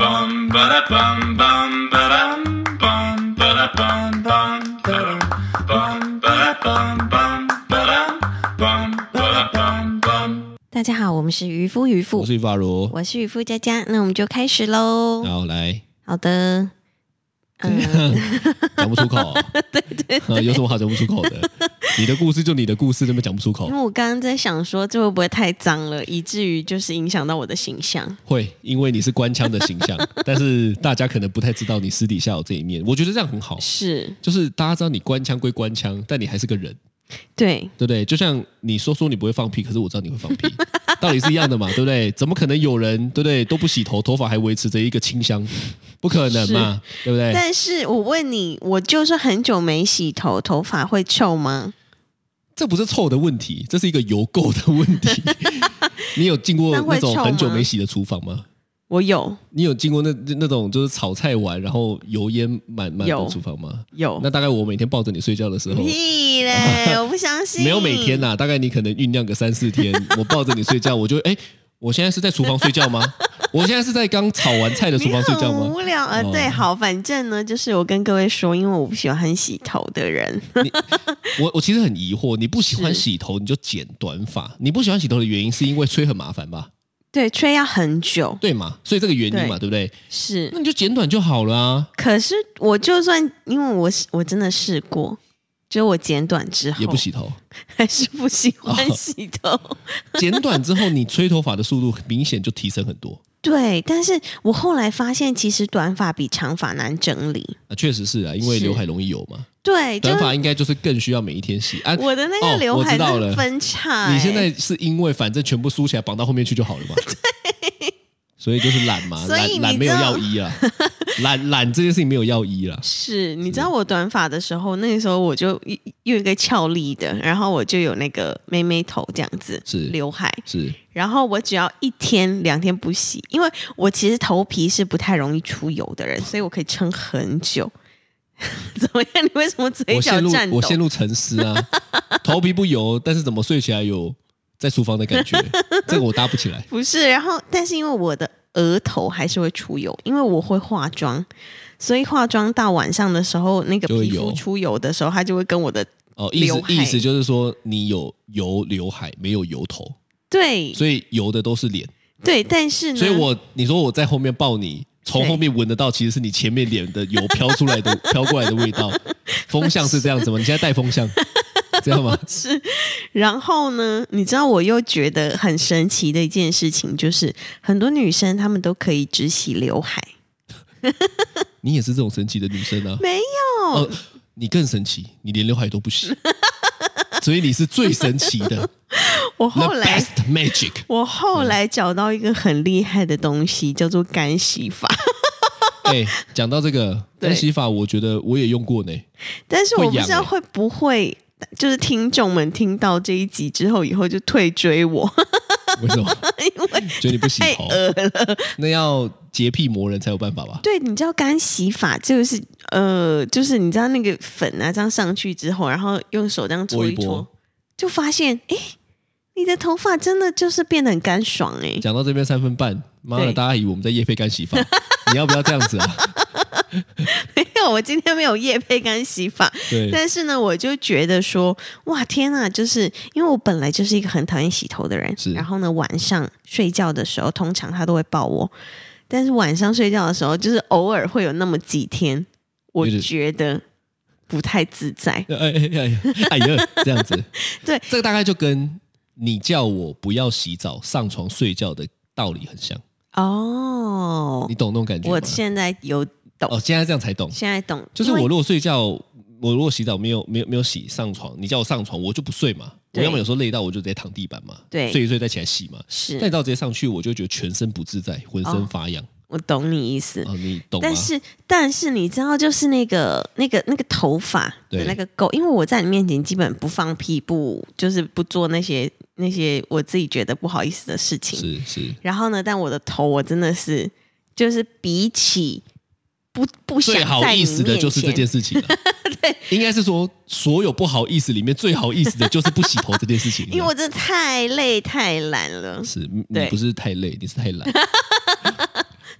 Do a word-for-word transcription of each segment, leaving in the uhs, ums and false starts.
bum ba da bum bum ba dum bum ba da bum bum bum ba da bum bum ba dum bum ba da bum bum。 大家好，我们是渔夫渔妇， 我是法罗， 我是渔夫佳佳，那我们就开始喽。 好，来， 好的， 嗯，讲不出口、哦， 对对对、 啊，有什么好讲不出口的？你的故事就你的故事，怎么讲不出口因为？我刚刚在想说，这会不会太脏了，以至于就是影响到我的形象？ 会，因为你是官腔的形象，但是大家可能不太知道你私底下有这一面。我觉得这样很好， 是， 就是大家知道你官腔归官腔，但你还是个人。 对对不对？就像你说说你不会放屁，可是我知道你会放屁，道理是一样的嘛，对不对？怎么可能有人对不对都不洗头，头发还维持着一个清香？不可能嘛，对不对？ 但是我问你，我就是很久没洗头，头发会臭吗？ 这不是臭的问题，这是一个油垢的问题。你有进过那种很久没洗的厨房吗？ 我有。 你有经过那那种就是炒菜完然后油烟满满的厨房吗？ 有。 那大概我每天抱着你睡觉的时候， 屁嘞！我不相信。 没有每天呐、啊，大概你可能酝酿个三四天，我抱着你睡觉，我就哎，我现在是在厨房睡觉吗？我现在是在刚炒完菜的厨房睡觉吗？ 无聊啊、呃哦！对，好，反正呢，就是我跟各位说，因为我不喜欢洗头的人。 我我其实很疑惑，你不喜欢洗头你就剪短发，你不喜欢洗头的原因是因为吹很麻烦吧？ 对，吹要很久， 对嘛？所以这个原因嘛， 对, 对不对？ 是， 那你就剪短就好了啊。 可是我就算，因为我我真的试过，就我剪短之后也不洗头， 还是不喜欢洗头。哦、 剪短之后，你吹头发的速度明显就提升很多。 对，但是我后来发现，其实短发比长发难整理。 啊，确实是啊，因为刘海容易油嘛。 对， 短发应该就是更需要每一天洗。啊、 我的那个刘海都分叉、欸你现在是因为反正全部梳起来绑到后面去就好了嘛？对，所以就是懒嘛，懒懒没有药医啊，懒懒这件事情没有药医啦。 是，你知道我短发的时候，那个时候我就有一个俏丽的，然后我就有那个妹妹头这样子， 是刘海是。 然后我只要一天两天不洗，因为我其实头皮是不太容易出油的人，所以我可以撑很久。怎么样？你为什么嘴角颤抖？ 我陷入沉思啊，头皮不油，但是怎么睡起来有在厨房的感觉？这个我搭不起来。 不是，然后但是因为我的额头还是会出油，因为我会化妆，所以化妆到晚上的时候，那个皮肤出油的时候，它就会跟我的哦意思意思就是说，你有油刘海，没有油头。 对， 所以油的都是脸。 对，但是呢， 所以我你说我在后面抱你。从后面闻得到，其实是你前面脸的油飘出来的、飘过来的味道。风向是这样子吗？你现在带风向，这样吗？ 是。然后呢，你知道我又觉得很神奇的一件事情，就是很多女生她们都可以只洗刘海。 你也是这种神奇的女生啊？ 没有， 呃、你更神奇，你连刘海都不洗，所以你是最神奇的。 我后来 The best magic， 我后来找到一个很厉害的东西，叫做干洗法。 哎，讲到这个干洗法，我觉得我也用过呢。 但是我不知道会不会，就是听众们听到这一集之后，以后就退追我。 为什么？ 因为觉得你不洗头， 太恶了。 那要洁癖魔人才有办法吧？ 对，你知道干洗法就是呃，就是你知道那个粉啊，这样上去之后，然后用手这样搓一搓，就发现哎。你的头发真的就是变得很干爽哎、欸！ 讲到这边三分半，妈的，大家以为我们在业配干洗法，你要不要这样子啊？ 没有，我今天没有业配干洗法。 对， 但是呢，我就觉得说，哇，天哪！就是因为我本来就是一个很讨厌洗头的人，然后呢，晚上睡觉的时候，通常他都会抱我，但是晚上睡觉的时候，就是偶尔会有那么几天，我觉得不太自在。 哎哎哎哎呀，这样子， 对， 这个大概就跟。你叫我不要洗澡上床睡觉的道理很像哦， 你懂那种感觉吗？ 我现在有懂哦，现在这样才懂。 现在懂， 就是我如果睡觉，我如果洗澡没有没有没有洗上床，你叫我上床，我就不睡嘛。我要么有时候累到我就直接躺地板嘛， 对， 睡一睡再起来洗嘛。 是， 但你到直接上去，我就觉得全身不自在，浑身发痒。哦我懂你意思， 哦，你懂吗？ 但是但是你知道，就是那个那个那个头发的那个垢，因为我在你面前基本不放屁，不就是不做那些那些我自己觉得不好意思的事情。 是是。 然后呢，但我的头我真的是就是比起不不想最好意思的就是这件事情了。 对， 应该是说所有不好意思里面最好意思的就是不洗头这件事情。 因为我真的太累太懒了。 是，你不是太累，你是太懒。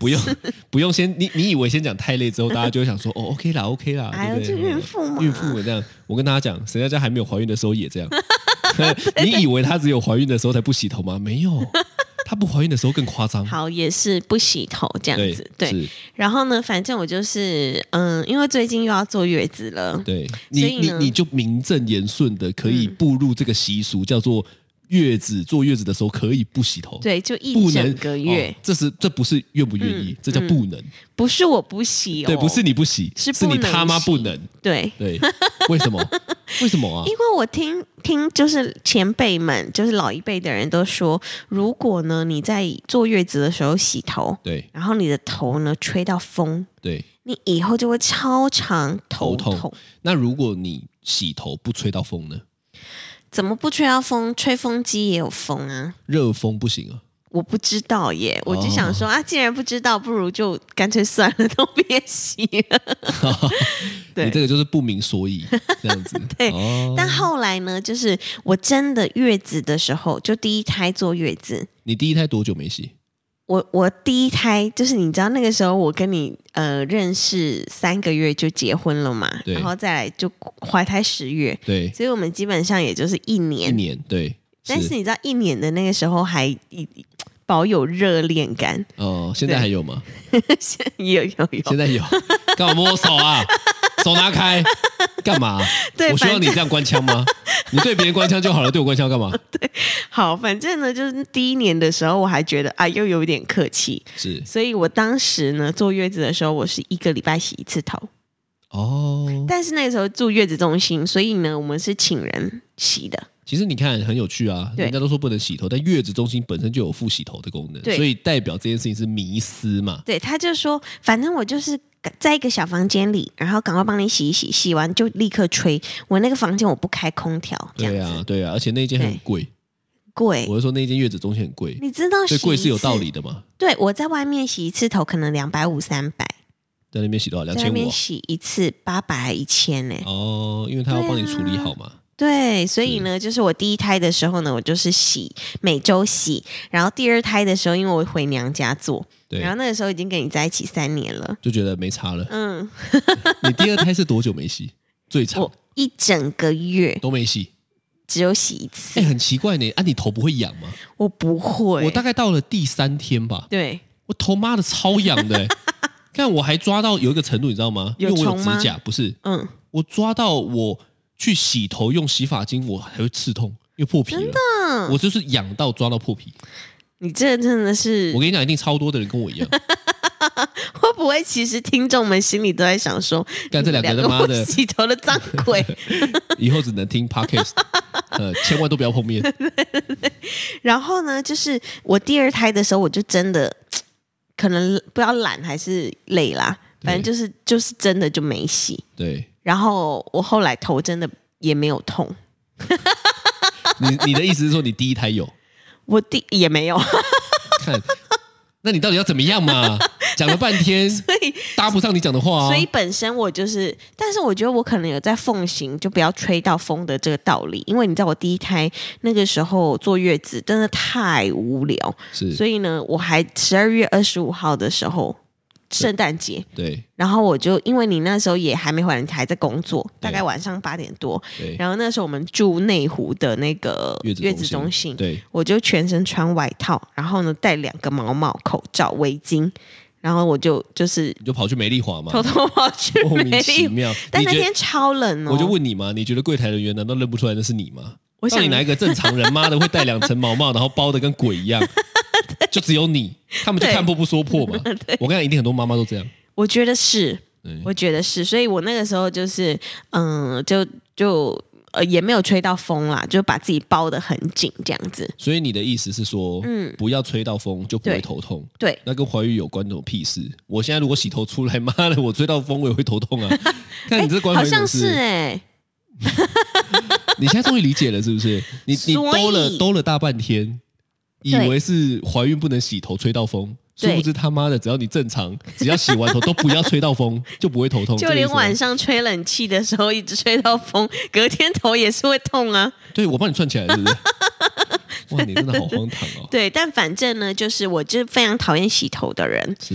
不用不用先你你以为先讲太累之后，大家就会想说哦 OK 啦 OK 啦， 哎呦， 对不对？ 这孕妇嘛， 孕妇这样，我跟大家讲，谁家家还没有怀孕的时候也这样。你以为她只有怀孕的时候才不洗头吗？没有，她不怀孕的时候更夸张。 好，也是不洗头这样子，对。 对然后呢，反正我就是嗯，因为最近又要坐月子了， 对，你你你就名正言顺的可以步入这个习俗，嗯、叫做。月子坐月子的时候可以不洗头， 对，就一整个月。 哦、这是这不是愿不愿意，嗯、这叫不能、嗯。 不是我不洗哦， 对，不是你不洗， 是是你他妈不能。 对对，为什么？为什么啊？ 因为我听听，就是前辈们，就是老一辈的人都说，如果呢你在坐月子的时候洗头， 对， 然后你的头呢吹到风， 对， 你以后就会超常头痛。 头痛。那如果你洗头不吹到风呢？ 怎么不吹到风？吹风机也有风啊， 热风不行啊。 我不知道耶，我就想说、哦、啊，既然不知道，不如就干脆算了，都别洗了。 对，你这个就是不明所以这样子。 对、 哦， 但后来呢，就是我真的月子的时候，就第一胎坐月子。 你第一胎多久没洗？ 我我第一胎就是你知道那个时候我跟你呃认识三个月就结婚了嘛，然后再来就怀胎十月， 对， 所以我们基本上也就是一年一年对。 但是你知道一年的那个时候还保有热恋感哦，现在还有吗？ 现在有有有， 现在有，干嘛摸手啊？手拿开，干嘛？ 对， 我需要你这样官腔吗？你对别人官腔就好了，对我官腔干嘛？ 对，好，反正呢，就是第一年的时候，我还觉得啊，又有一点客气， 是， 所以我当时呢坐月子的时候，我是一个礼拜洗一次头。 哦， 但是那个时候住月子中心，所以呢，我们是请人洗的。 其实你看很有趣啊，人家都说不能洗头，但月子中心本身就有附洗头的功能，所以代表这件事情是迷思嘛。 对，他就说，反正我就是在一个小房间里，然后赶快帮你洗一洗，洗完就立刻吹。我那个房间我不开空调，这样子。 对啊，对啊，而且那间很贵， 贵。 我是说那间月子中心很贵， 你知道， 所以贵是有道理的嘛。 对，我在外面洗一次头可能两百五、三百。 在那边洗多少？两千五。 在那边洗一次八百还一千呢？ 哦，因为他要帮你处理好嘛。 对，所以呢，就是我第一胎的时候呢，我就是洗每周洗，然后第二胎的时候，因为我回娘家做，然后那个时候已经跟你在一起三年了， 就觉得没差了。 嗯， 你第二胎是多久没洗？最长？ 我一整个月都没洗， 只有洗一次。 哎，很奇怪呢，啊，你头不会痒吗？ 我不会， 我大概到了第三天吧， 对， 我头妈的超痒的。看我还抓到有一个程度，你知道吗？因为我有指甲，不是，嗯，我抓到我去洗头用洗发精，我还会刺痛，因为破皮了。真的，我就是痒到抓到破皮。 你这真的是， 我跟你讲，一定超多的人跟我一样。 会不会其实听众们心里都在想说， 干这两个他妈的洗头的脏鬼， 以后只能听 podcast， 呃，千万都不要碰面。 对对对。然后呢，就是我第二胎的时候，我就真的。可能不知道懒还是累啦，反正就是就是真的就没洗。 对， 然后我后来头真的也没有痛。 你你的意思是说你第一胎有？ 我第也没有。 看，那你到底要怎么样嘛？讲了半天， 所以搭不上你讲的话啊。 所以本身我就是，但是我觉得我可能有在奉行就不要吹到风的这个道理，因为你知道我第一胎那个时候坐月子真的太无聊， 是， 所以呢，我还十二月二十五号的时候。圣诞节， 对， 然后我就因为你那时候也还没回来，你还在工作，大概晚上八点多， 对， 然后那时候我们住内湖的那个月子中心， 对， 我就全身穿外套，然后呢戴两个毛毛口罩、围巾，然后我就就是你就跑去美丽华嘛， 偷偷跑去莫名其妙， 但那天超冷哦， 我就问你嘛，你觉得柜台人员难道认不出来那是你吗？ 我想到底哪一个正常人妈的会戴两层毛帽，然后包的跟鬼一样？就只有你，他们就看破不说破嘛。我跟你讲，一定很多妈妈都这样。 我觉得是，我觉得是，所以我那个时候就是，嗯，就就呃也没有吹到风啦，就把自己包得很紧这样子。 所以你的意思是说，嗯，不要吹到风就不会头痛。 对， 那跟怀孕有关，那种屁事。我现在如果洗头出来，妈的，我吹到风我也会头痛啊。看你这关怀， 好像是哎、欸。 你现在终于理解了是不是？你你兜了兜了大半天，以为是怀孕不能洗头吹到风。殊不知他妈的，只要你正常，只要洗完头都不要吹到风，就不会头痛。 就连晚上吹冷气的时候，一直吹到风，隔天头也是会痛啊。 对，我帮你串起来，是不是？哇，你真的好荒唐哦。 对，但反正呢，就是我就是非常讨厌洗头的人。 是，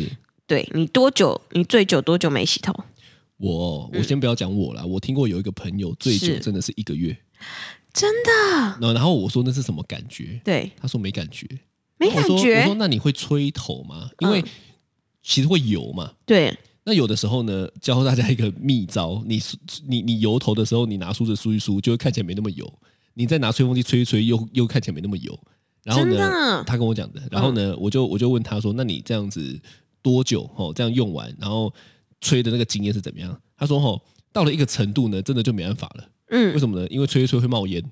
对，你多久？你最久多久没洗头？ 我我先不要讲我啦，嗯、我听过有一个朋友最久真的是一个月， 真的。 然后我说那是什么感觉？ 对， 他说没感觉， 没感觉。 我说, 我说那你会吹头吗？因为其实会油嘛。 对。 那有的时候呢，教大家一个秘招，你你你油头的时候，你拿梳子梳一梳，就会看起来没那么油；你再拿吹风机吹一吹，又又看起来没那么油。然后呢，他跟我讲的，然后呢，嗯、我就我就问他说：“那你这样子多久？哦，这样用完，然后吹的那个经验是怎么样？”他说：“哦，到了一个程度呢，真的就没办法了。嗯，为什么呢？因为吹一吹会冒烟。”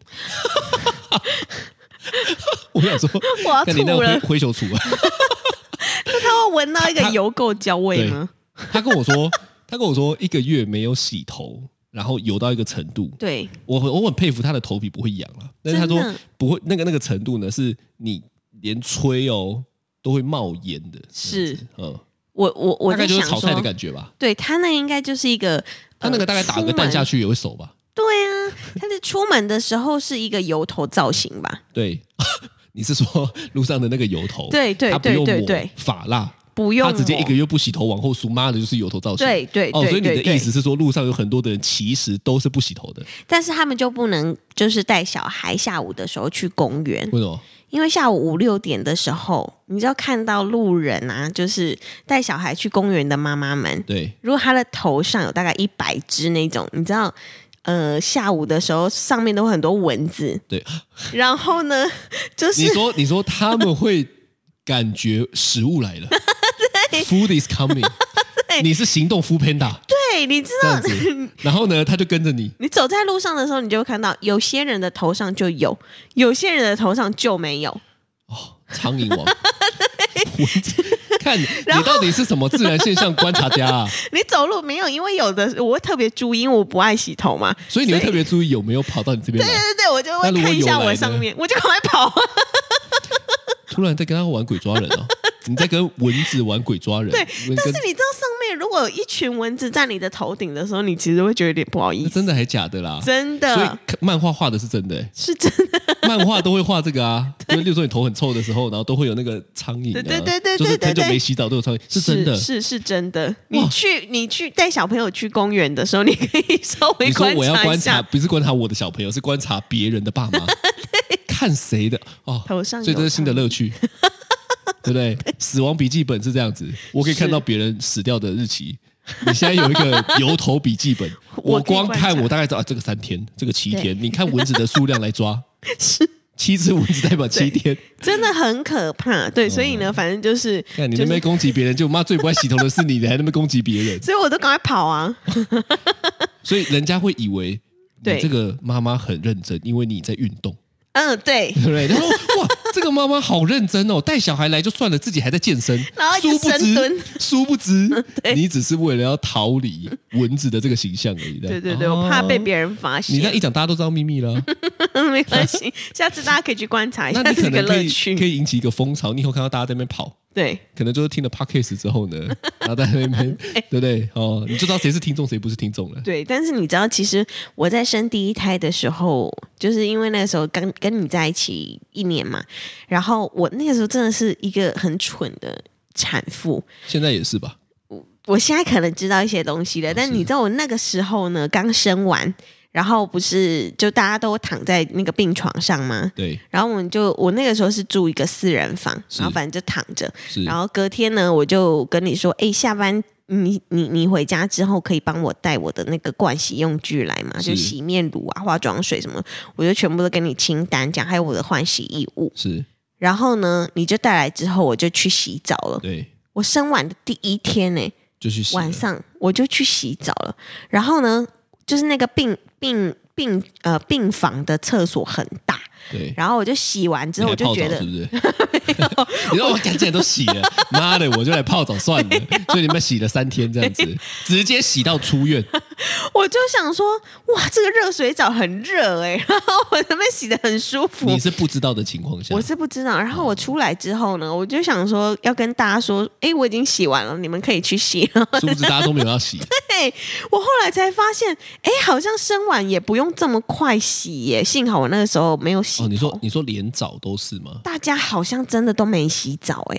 我想说， 我要吐了， 灰球杵啊！ 那他会闻到一个油垢焦味吗？ 他跟我说，他跟我说一个月没有洗头，然后油到一个程度。 对， 我我很佩服他的头皮不会痒了，但是他说不会，那个那个程度呢，是你连吹哦都会冒烟的。 是，嗯，我我我大概就是炒菜的感觉吧。 对，他那应该就是一个， 他那个大概打个蛋下去也会熟吧？ 对啊，他是出门的时候是一个油头造型吧？ 对，你是说路上的那个油头？ 对对对对对， 发蜡。 不用， 他直接一个月不洗头往后梳，妈的就是油头造型。 对对对， 哦，所以你的意思是说，路上有很多的人其实都是不洗头的， 但是他们就不能就是带小孩下午的时候去公园。 为什么？ 因为下午五六点的时候，你就要看到路人啊，就是带小孩去公园的妈妈们。 对， 如果他的头上有大概一百只那种，你知道。呃，下午的时候上面都有很多蚊子， 对， 然后呢，就是你说你说他们会感觉食物来了，Food is coming， 你是行动 Food Panda， 对，你知道， 然后呢，他就跟着你， 你走在路上的时候，你就会看到有些人的头上就有，有些人的头上就没有， 哦，苍蝇王。看你到底是什么自然现象观察家啊？ 你走路没有？因为有的我会特别注意，因为我不爱洗头嘛， 所以你会特别注意有没有跑到你这边来。 对对对，我就会看一下我上面，我就赶快跑。 突然在跟他玩鬼抓人哦，你在跟蚊子玩鬼抓人。 对，但是你知道上面如果有一群蚊子在你的头顶的时候，你其实会觉得有点不好意思。 真的还假的啦？ 真的。 所以漫画画的是真的、欸， 是真的。 漫画都会画这个啊，就例如说你头很臭的时候，然后都会有那个苍蝇、啊， 对对对对对， 就是很久没洗澡都有苍蝇，是真的， 是是, 是真的。你去你去带小朋友去公园的时候，你可以稍微观察一下。 你说我要观察，不是观察我的小朋友，是观察别人的爸妈，看谁的哦， 头上有， 所以这是新的乐趣。对不对？死亡笔记本是这样子，我可以看到别人死掉的日期。你现在有一个油头笔记本，我光看我大概知道、啊、这个三天，这个七天。你看蚊子的数量来抓， 是七只蚊子代表七天， 真的很可怕。对，所以呢，反正就是， 看你那边攻击别人，就妈最不爱洗头的是你，你还那边攻击别人， 所以我都赶快跑啊。 所以人家会以为你这个妈妈很认真，因为你在运动。 嗯，对， 对不对？他说：“哇，这个妈妈好认真哦，带小孩来就算了，自己还在健身， 然后一直深蹲， 殊不知，殊不知你只是为了要逃离蚊子的这个形象而已。 对对对，哦、我怕被别人发现。 你这样一讲，大家都知道秘密了。 没关系，下次大家可以去观察一下， 那你可能可以这个可以引起一个风潮。你以后看到大家在那边跑。” 对， 可能就是听了 podcast 之后呢，然后在那边，对不对？哦，你就知道谁是听众，谁不是听众了。 对，但是你知道，其实我在生第一胎的时候，就是因为那个时候跟跟你在一起一年嘛，然后我那个时候真的是一个很蠢的产妇。 现在也是吧？ 我我现在可能知道一些东西了，但你知道我那个时候呢，刚生完。然后不是就大家都躺在那个病床上吗？ 对。 然后我们就我那个时候是住一个四人房，然后反正就躺着。然后隔天呢，我就跟你说，哎，下班你你你回家之后可以帮我带我的那个盥洗用具来嘛？就洗面乳啊、化妆水什么，我就全部都跟你清单讲，还有我的换洗衣物。 是。然后呢，你就带来之后，我就去洗澡了。 对。 我生完的第一天呢， 就去洗晚上我就去洗澡了。然后呢，就是那个病病病呃病房的厕所很大， 对。 然后我就洗完之后，我就觉得是不是？你说我赶紧都洗了，妈的，我就来泡澡算了。所以你们洗了三天这样子，直接洗到出院。 我就想说，哇，这个热水澡很热哎、欸，然后我那边洗得很舒服。 你是不知道的情况下， 我是不知道。然后我出来之后呢，我就想说要跟大家说，哎，我已经洗完了，你们可以去洗了。 殊不知大家都没有要洗。 对，我后来才发现，哎，好像生完也不用这么快洗耶。幸好我那个时候没有洗头。 哦，你说你说连澡都是吗？ 大家好像真的都没洗澡哎。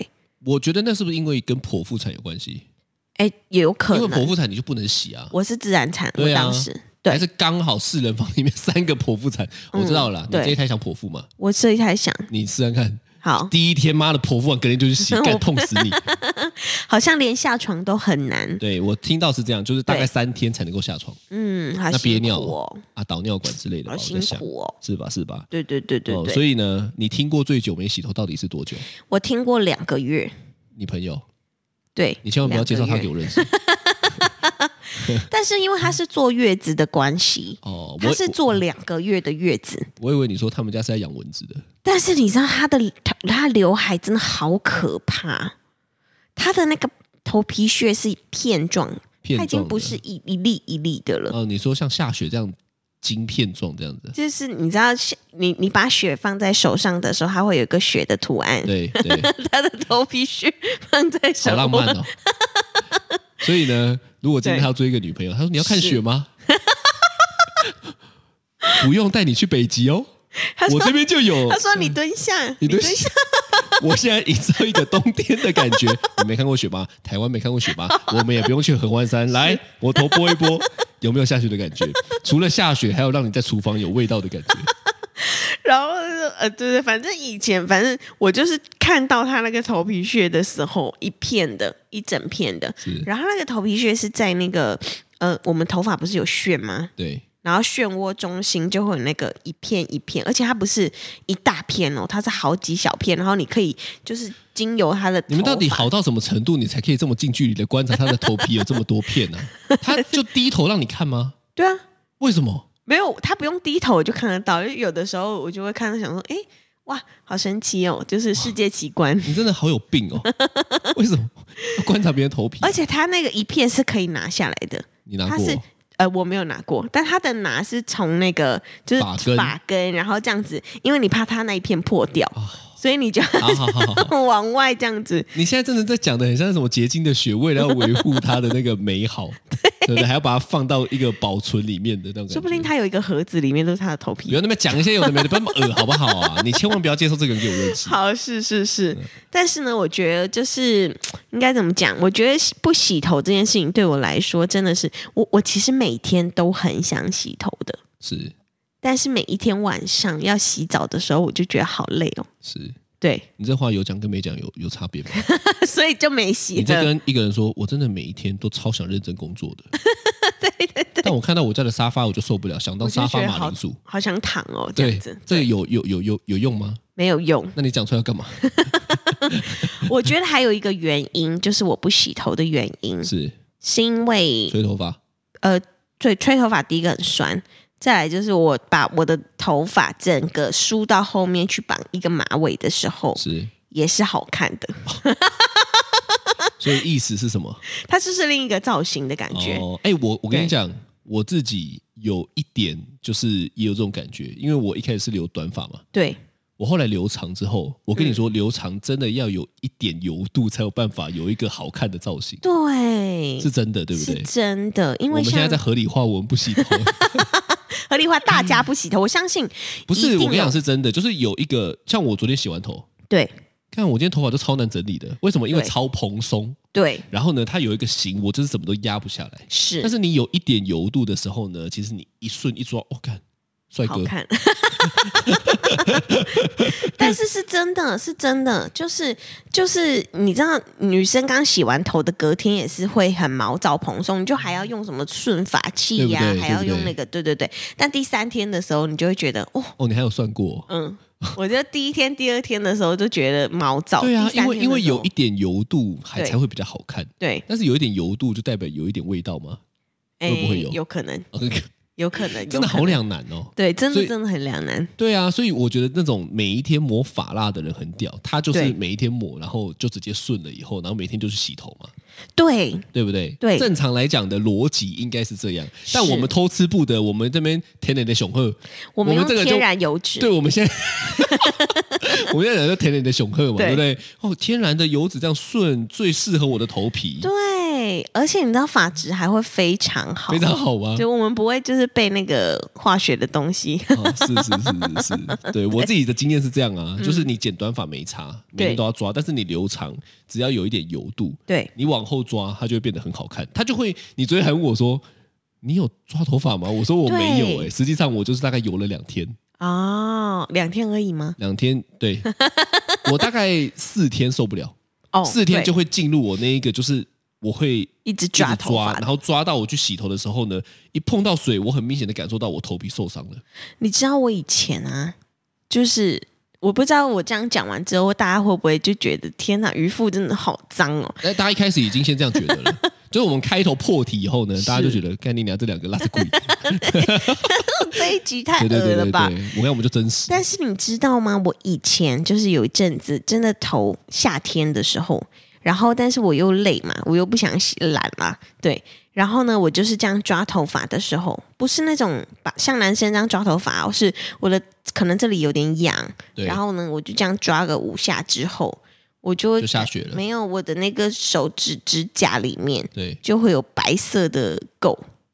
我觉得那是不是因为跟剖腹产有关系？ 哎，也有可能， 因为剖腹产你就不能洗啊。 我是自然产， 对啊， 我当时对还是刚好四人房里面三个剖腹产，嗯、我知道了啦。你这一胎想剖腹吗？ 我这一胎想， 你试试看。 好， 第一天妈的剖腹完，隔天就去洗，干痛死你！ 好像连下床都很难。 对我听到是这样，就是大概三天才能够下床。 嗯，好那憋尿哦， 啊，导尿管之类的， 好辛苦哦， 是吧？是吧？ 对对对对对、 哦。所以呢，你听过最久没洗头到底是多久？ 我听过两个月。 你朋友？ 对， 你千万不要介绍他给我认识。 但是因为他是坐月子的关系，哦，他是坐两个月的月子。 我以为你说他们家是在养蚊子的。 但是你知道他的他他刘海真的好可怕，他的那个头皮屑是片状， 片状， 它已经不是一一粒一粒的了。 哦，你说像下雪这样晶片状这样子， 就是你知道，你你把雪放在手上的时候，它会有一个雪的图案。 对对， 他的头皮屑放在手上， 好浪漫哦。所以呢，如果今天他要追一个女朋友，他说你要看雪吗？不用带你去北极哦，我这边就有。 他说你蹲下， 你蹲下。我现在营造一个冬天的感觉。你没看过雪吗？台湾没看过雪吗？我们也不用去合欢山。来，我头拨一拨，有没有下雪的感觉？除了下雪，还有让你在厨房有味道的感觉。 然后呃，对对，反正以前反正我就是看到他那个头皮屑的时候，一片的，一整片的。然后那个头皮屑是在那个呃，我们头发不是有旋吗？ 对。 然后漩涡中心就会有那个一片一片，而且它不是一大片哦，它是好几小片，然后你可以就是经由它的头发。 你们到底好到什么程度，你才可以这么近距离的观察他的头皮有这么多片呢、啊？他就低头让你看吗？ 对啊， 为什么？ 没有，他不用低头我就看得到，因为有的时候我就会看到想说，哎，哇，好神奇哦，就是世界奇观。 你真的好有病哦！为什么要观察别人头皮、啊？ 而且他那个一片是可以拿下来的， 你拿过？ 呃，我没有拿过，但他的拿是从那个就是发根， 发根，然后这样子，因为你怕他那一片破掉，哦、所以你就好好好好往外这样子。 你现在真的在讲的很像什么结晶的血，为了要维护它的那个美好，对, 对不对？还要把它放到一个保存里面的那种感觉。 说不定他有一个盒子，里面都是他的头皮。 不要那边讲一些有的没的，不要那么恶好不好啊？你千万不要接受这个人给我认识。 好，是是是，但是呢，我觉得就是应该怎么讲？我觉得不洗头这件事情对我来说真的是，我我其实每天都很想洗头的， 是。 但是每一天晚上要洗澡的时候，我就觉得好累哦。 是。 对， 你这话有讲跟没讲有有差别吗？ 所以就没洗。 你在跟一个人说，我真的每一天都超想认真工作的。 对对对。 但我看到我家的沙发，我就受不了，想当沙发马铃薯， 好, 好想躺哦，这样子。 这个有有有有有用吗？ 没有用。 那你讲出来要干嘛？ 我觉得还有一个原因，就是我不洗头的原因是是因为吹头发。 呃，对，吹头发第一个很酸。再来就是我把我的头发整个梳到后面去绑一个马尾的时候， 是也是好看的。 所以意思是什么？ 它就是另一个造型的感觉。 哦，哎，我我跟你讲，我自己有一点就是也有这种感觉，因为我一开始是留短发嘛， 对。 我后来留长之后，我跟你说，嗯、留长真的要有一点油度，才有办法有一个好看的造型。 对， 是真的，对不对？ 是真的，因为我们现在在合理化我们不洗头。 合理化大家不洗头，我相信不是我跟你讲是真的，就是有一个像我昨天洗完头， 对， 看我今天头发就超难整理的，为什么？因为超蓬松， 对， 然后呢，它有一个型，我就是怎么都压不下来， 是。 但是你有一点油度的时候呢，其实你一顺一抓，我看帅哥， 好看。但是是真的，是真的，就是就是你知道，女生刚洗完头的隔天也是会很毛躁蓬松，你就还要用什么顺发器呀、啊，还要用那个，对对对。但第三天的时候，你就会觉得哦哦，你还有算过？ 嗯，我觉得第一天、第二天的时候就觉得毛躁。 对啊，因为因为有一点油度还才会比较好看。 对， 但是有一点油度就代表有一点味道吗？会不会有？ 有可能。 Okay. 有可能， 真的好两难哦。 对，真的真的很两难。 对啊，所以我觉得那种每一天抹发蜡的人很屌，他就是每一天抹，然后就直接顺了以后，然后每天就去洗头嘛。 对， 对不对？ 对， 正常来讲的逻辑应该是这样。但我们偷吃不得，我们这边天然的雄鹤， 我们用天然油脂。 对，我们现在我们现在讲的天然的雄鹤嘛，对, 对不对？哦，天然的油脂这样顺最适合我的头皮。 对。 对，而且你知道发质还会非常好， 非常好吗？ 就我们不会就是被那个化学的东西。 哦、是是是是是，对我自己的经验是这样啊，嗯、就是你剪短发没差，每天都要抓，但是你留长，只要有一点油度， 对， 你往后抓，它就会变得很好看。它就会，你昨天还问我说，你有抓头发吗？我说我没有、欸，哎，实际上我就是大概油了两天。 哦，两天而已吗？ 两天，对，我大概四天受不了。 哦， 四天就会进入我那一个，就是我会一直抓头发， 然后抓到我去洗头的时候呢，一碰到水，我很明显的感受到我头皮受伤了。 你知道我以前啊，就是我不知道我这样讲完之后，大家会不会就觉得天哪，渔夫真的好脏哦？ 哎，大家一开始已经先这样觉得了，就是我们开头破题以后呢，大家就觉得干你娘这两个拉是鬼。 这一集太恶了吧？ 对对对对，我看我们就真实。 但是你知道吗？我以前就是有一阵子真的头夏天的时候，然后但是我又累嘛，我又不想洗懒啦，对。然后呢，我就是这样抓头发的时候，不是那种把像男生这样抓头发哦，是我的可能这里有点痒，然后呢，我就这样抓个五下之后，我就就下雪了。 没有，我的那个手指指甲里面， 对， 就会有白色的垢。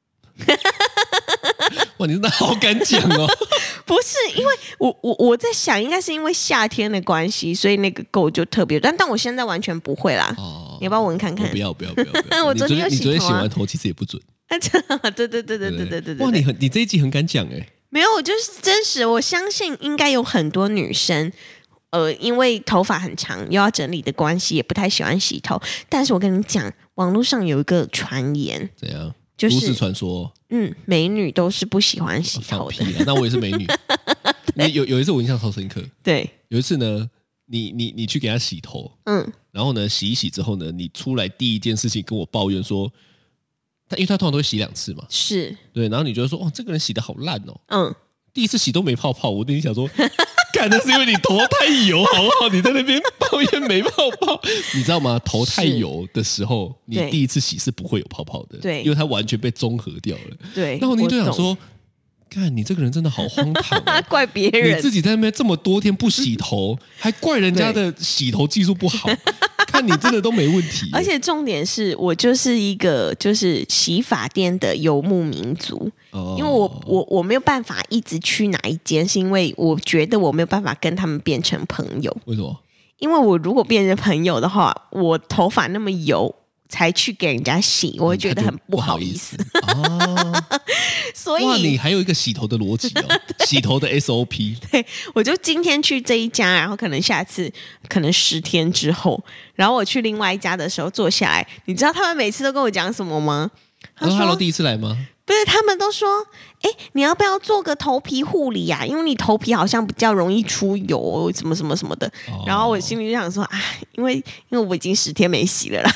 哇，你真的好敢讲哦！ 不是因为我我我在想，应该是因为夏天的关系，所以那个垢就特别。但但我现在完全不会啦。哦，你要不要闻看看？ 不要不要不要！不要我昨天有洗头、啊、 你昨天洗完头其实也不准。 对对对对对对对对。 哇，你很你这一集很敢讲哎、欸。 没有，我就是真实。我相信应该有很多女生，呃，因为头发很长又要整理的关系，也不太喜欢洗头。但是我跟你讲，网络上有一个传言， 怎样？ 就是都市传说， 嗯，美女都是不喜欢洗头的。 放屁啦，那我也是美女。有有一次我印象超深刻， 对， 有一次呢，你你你去给她洗头，嗯，然后呢洗一洗之后呢，你出来第一件事情跟我抱怨说，他因为他通常都会洗两次嘛， 是对，然后你就说，哦，这个人洗的好烂哦，嗯，第一次洗都没泡泡，我跟你想说。干的是因为你头太油，好不好？你在那边抱怨没泡泡，你知道吗？头太油的时候，你第一次洗是不会有泡泡的，对，因为它完全被中和掉了。 对， 然后你就想说，看你这个人真的好荒唐、啊， 怪别人， 你自己在那边这么多天不洗头，还怪人家的洗头技术不好。看你真的都没问题， 而且重点是我就是一个就是洗发店的游牧民族，哦、因为我我我没有办法一直去哪一间，是因为我觉得我没有办法跟他们变成朋友。 为什么？ 因为我如果变成朋友的话，我头发那么油才去给人家洗，我会觉得很不好意思。哦，所以哇，你还有一个洗头的逻辑哦，洗头的 S O P。 对，我就今天去这一家，然后可能下次可能十天之后，然后我去另外一家的时候坐下来，你知道他们每次都跟我讲什么吗？ 他说 ：“Hello， 第一次来吗？” 不是，他们都说：“哎，你要不要做个头皮护理呀、啊？因为你头皮好像比较容易出油，什么什么什么的。哦”然后我心里就想说：“啊，因为因为我已经十天没洗了啦。”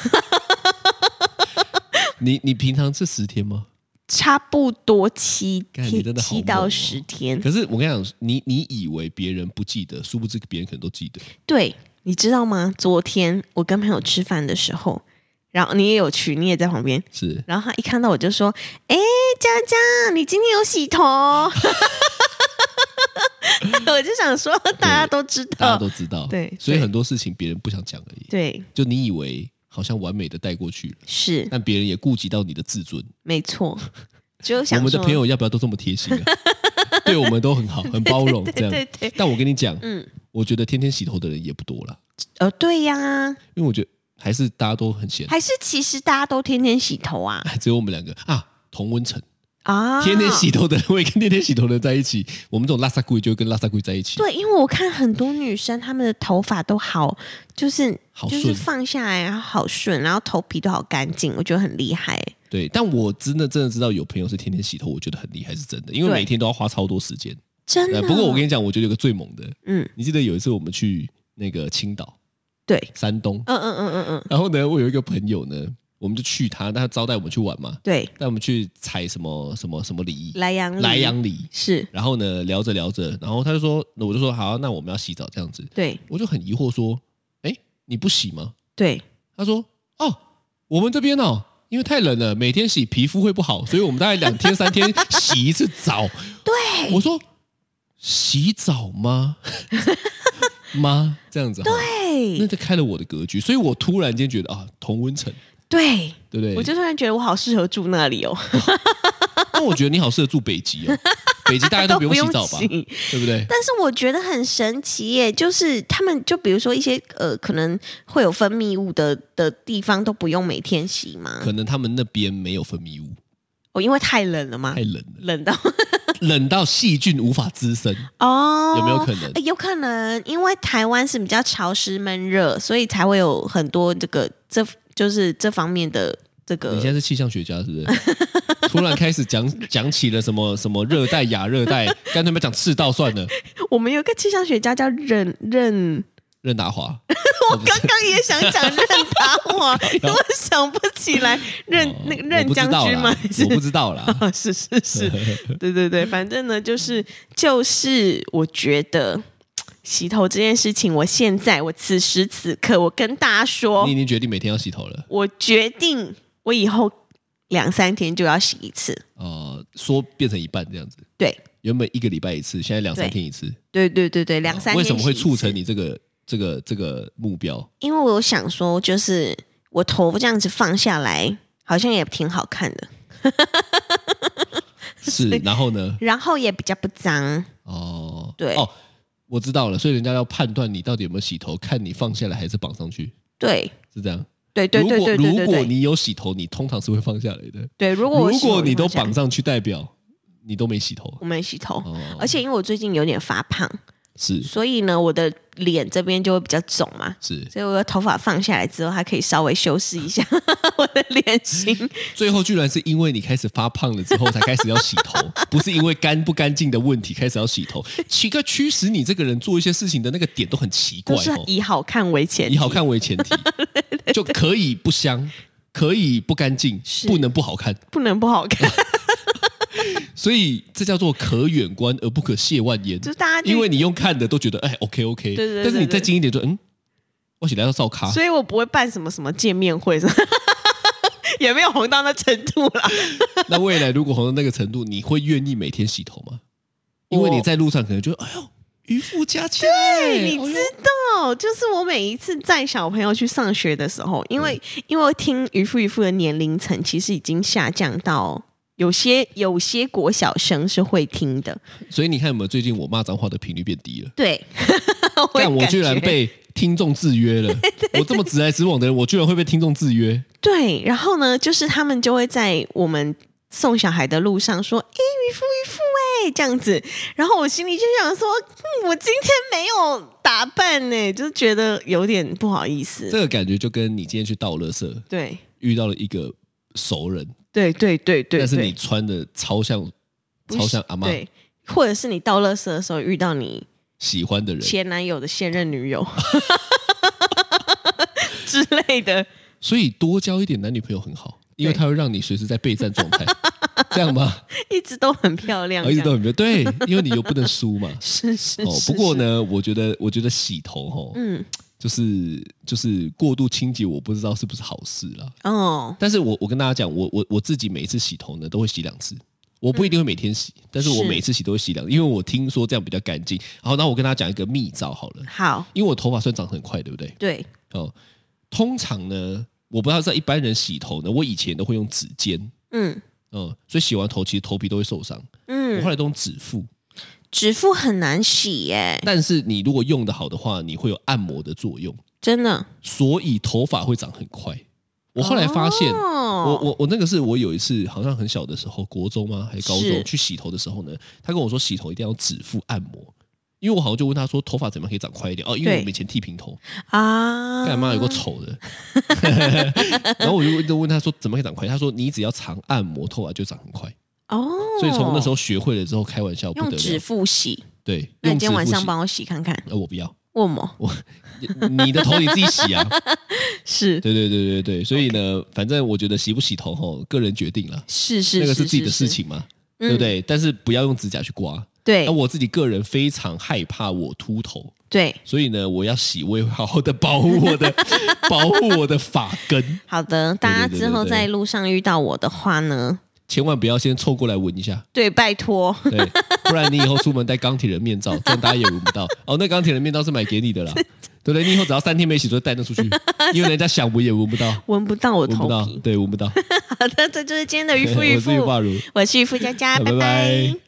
你你平常是十天吗？ 差不多七天， 真的好、哦、 七到十天。 可是我跟你讲，你你以为别人不记得，殊不知别人可能都记得。 对，你知道吗？昨天我跟朋友吃饭的时候，然后你也有去，你也在旁边， 是。 然后他一看到我就说：“哎，佳佳，你今天有洗头？”我就想说，大家都知道， 大家都知道， 对， 所以很多事情别人不想讲而已。 对， 就你以为。好像完美的带过去了， 是， 但别人也顾及到你的自尊， 没错。就想我们的朋友要不要都这么贴心啊？对我们都很好，很包容，这样。对对对对，但我跟你讲，嗯，我觉得天天洗头的人也不多了。 呃，对呀， 因为我觉得还是大家都很闲， 还是其实大家都天天洗头啊？ 只有我们两个啊，同温层。啊！天天洗头的人会跟天天洗头的人在一起，我们这种拉萨龟就会跟拉萨龟在一起。 对，因为我看很多女生，她们的头发都好，就是好就是放下来，然后好顺，然后头皮都好干净，我觉得很厉害。 对，但我真的真的知道有朋友是天天洗头，我觉得很厉害，是真的，因为每天都要花超多时间。 真的。 不过我跟你讲，我觉得有个最猛的，嗯，你记得有一次我们去那个青岛， 对， 山东， 嗯嗯嗯嗯嗯， 然后呢，我有一个朋友呢。我们就去他，他招待我们去玩嘛， 对， 带我们去采什么什么什么梨， 莱阳梨， 莱阳梨是。 然后呢，聊着聊着，然后他就说，我就说好，那我们要洗澡这样子。 对， 我就很疑惑说，哎，你不洗吗？ 对， 他说，哦，我们这边哦，因为太冷了，每天洗皮肤会不好，所以我们大概两天三天洗一次澡。 对， 我说洗澡吗？吗？这样子， 对， 那就开了我的格局，所以我突然间觉得啊，同温层。 对， 对不对？ 我就突然觉得我好适合住那里哦。 那我觉得你好适合住北极哦，北极大家都不用洗澡吧，对不对？ 但是我觉得很神奇耶，就是他们就比如说一些呃可能会有分泌物的的地方都不用每天洗吗？ 可能他们那边没有分泌物哦，因为太冷了吗？ 太冷了， 冷到冷到细菌无法滋生哦， 有没有可能？ 有可能，因为台湾是比较潮湿闷热，所以才会有很多这个这就是这方面的这个。 你现在是气象学家是不是？突然开始讲讲起了什么什么热带亚热带，干脆不讲赤道算了。 我们有个气象学家叫任任任达华。 我刚刚也想讲任达华，我想不起来任、哦、那个任将军吗？ 我不知道啦， 哦、是是是，对对对，反正呢，就是就是我觉得洗头这件事情，我现在我此时此刻，我跟大家说， 你已经决定每天要洗头了。 我决定，我以后两三天就要洗一次。 呃，说变成一半这样子。 对， 原本一个礼拜一次，现在两三天一次。 对对对对，两三天、 呃。为什么会促成你这个这个这个目标？ 因为我想说，就是我头这样子放下来，好像也挺好看的。 是，然后呢？ 然后也比较不脏。 哦， 对哦。我知道了，所以人家要判断你到底有没有洗头，看你放下来还是绑上去。 对， 是这样。 对对对对对对。 如果你有洗头，你通常是会放下来的。 对，如果我如果你都绑上去，代表你都没洗头。 我没洗头，哦、而且因为我最近有点发胖， 是， 所以呢，我的脸这边就会比较肿嘛。 是， 所以我的头发放下来之后，它可以稍微修饰一下我的脸型。 最后居然是因为你开始发胖了之后才开始要洗头，不是因为干不干净的问题开始要洗头。奇怪，驱使你这个人做一些事情的那个点都很奇怪， 都是以好看为前提， 以好看为前提，就可以不香，可以不干净，不能不好看， 不能不好看。 所以这叫做可远观而不可亵玩焉， 就是大家因为你用看的都觉得哎 OK OK， 对对对对， 但是你再近一点就嗯，我起来要照咖， 所以我不会办什么什么见面会，也没有红到那程度啦。 那未来如果红到那个程度，你会愿意每天洗头吗？因为你在路上可能就哎呦渔夫佳佳， 对，你知道，就是我每一次载小朋友去上学的时候，因为、嗯、因为听渔夫渔夫的年龄层其实已经下降到。有些有些国小生是会听的， 所以你看有没有最近我骂脏话的频率变低了？ 对， 但我居然被听众制约了。对对对，我这么直来直往的人，我居然会被听众制约。对， 然后呢，就是他们就会在我们送小孩的路上说：“哎，渔夫渔夫哎，这样子。”然后我心里就想说：“嗯，我今天没有打扮呢，就是觉得有点不好意思。” 这个感觉就跟你今天去倒垃圾， 对， 遇到了一个熟人。 对对对 对, 对， 但是你穿的超像超像阿嬷， 对，或者是你倒垃圾的时候遇到你喜欢的人， 前男友的现任女友之类的， 所以多交一点男女朋友很好，因为它会让你随时在备战状态，这样吗？ 一直都很漂亮， 哦、一直都很漂亮，对，因为你又不能输嘛， 是是是、 哦。不过呢，我觉得我觉得洗头哈、哦，嗯。就是就是过度清洁，我不知道是不是好事啦。哦，但是我我跟大家讲，我我我自己每一次洗头呢，都会洗两次。我不一定会每天洗，嗯、但是我每次洗都会洗两次，因为我听说这样比较干净。然后，然后我跟大家讲一个秘招好了。 好， 因为我头发算长很快，对不对？ 对。 哦，通常呢，我不知道在一般人洗头呢，我以前都会用指尖。嗯。嗯，所以洗完头其实头皮都会受伤。嗯。我后来都用指腹。 指腹很难洗耶， 但是你如果用得好的话，你会有按摩的作用， 真的。 所以头发会长很快。我后来发现，哦、我我我那个是我有一次好像很小的时候，国中吗还是高中去洗头的时候呢，他跟我说洗头一定要指腹按摩，因为我好像就问他说头发怎么样可以长快一点哦，因为我以前剃平头啊，干嘛有个丑的，然后我就就问他说怎么可以长快，他说你只要常按摩，头发就长很快。哦，所以从那时候学会了之后，开玩笑不得了， 用指腹洗。 对， 那你今天晚上帮我洗看看。 呃，我不要。 为什么？ 我你的头你自己洗啊。 是， 对对对对对，所以呢， okay. 反正我觉得洗不洗头吼，个人决定啦。 是是， 那个是自己的事情嘛，对不对？嗯、但是不要用指甲去刮。 对。 那我自己个人非常害怕我秃头。 对。所以呢，我要洗，我也会好好的保护我的保护我的发根。 好的，大家之后在路上遇到我的话呢， 千万不要先凑过来闻一下， 对，拜托， 对，不然你以后出门戴钢铁人面罩，这样大家也闻不到。哦，那钢铁人面罩是买给你的啦， 对不对？你以后只要三天没洗，就带那出去，因为人家想闻也闻不到， 闻不到我头皮， 对，闻不到。 好的，这就是今天的渔夫渔夫， 我是渔夫阿如， 我是渔夫佳佳，拜拜。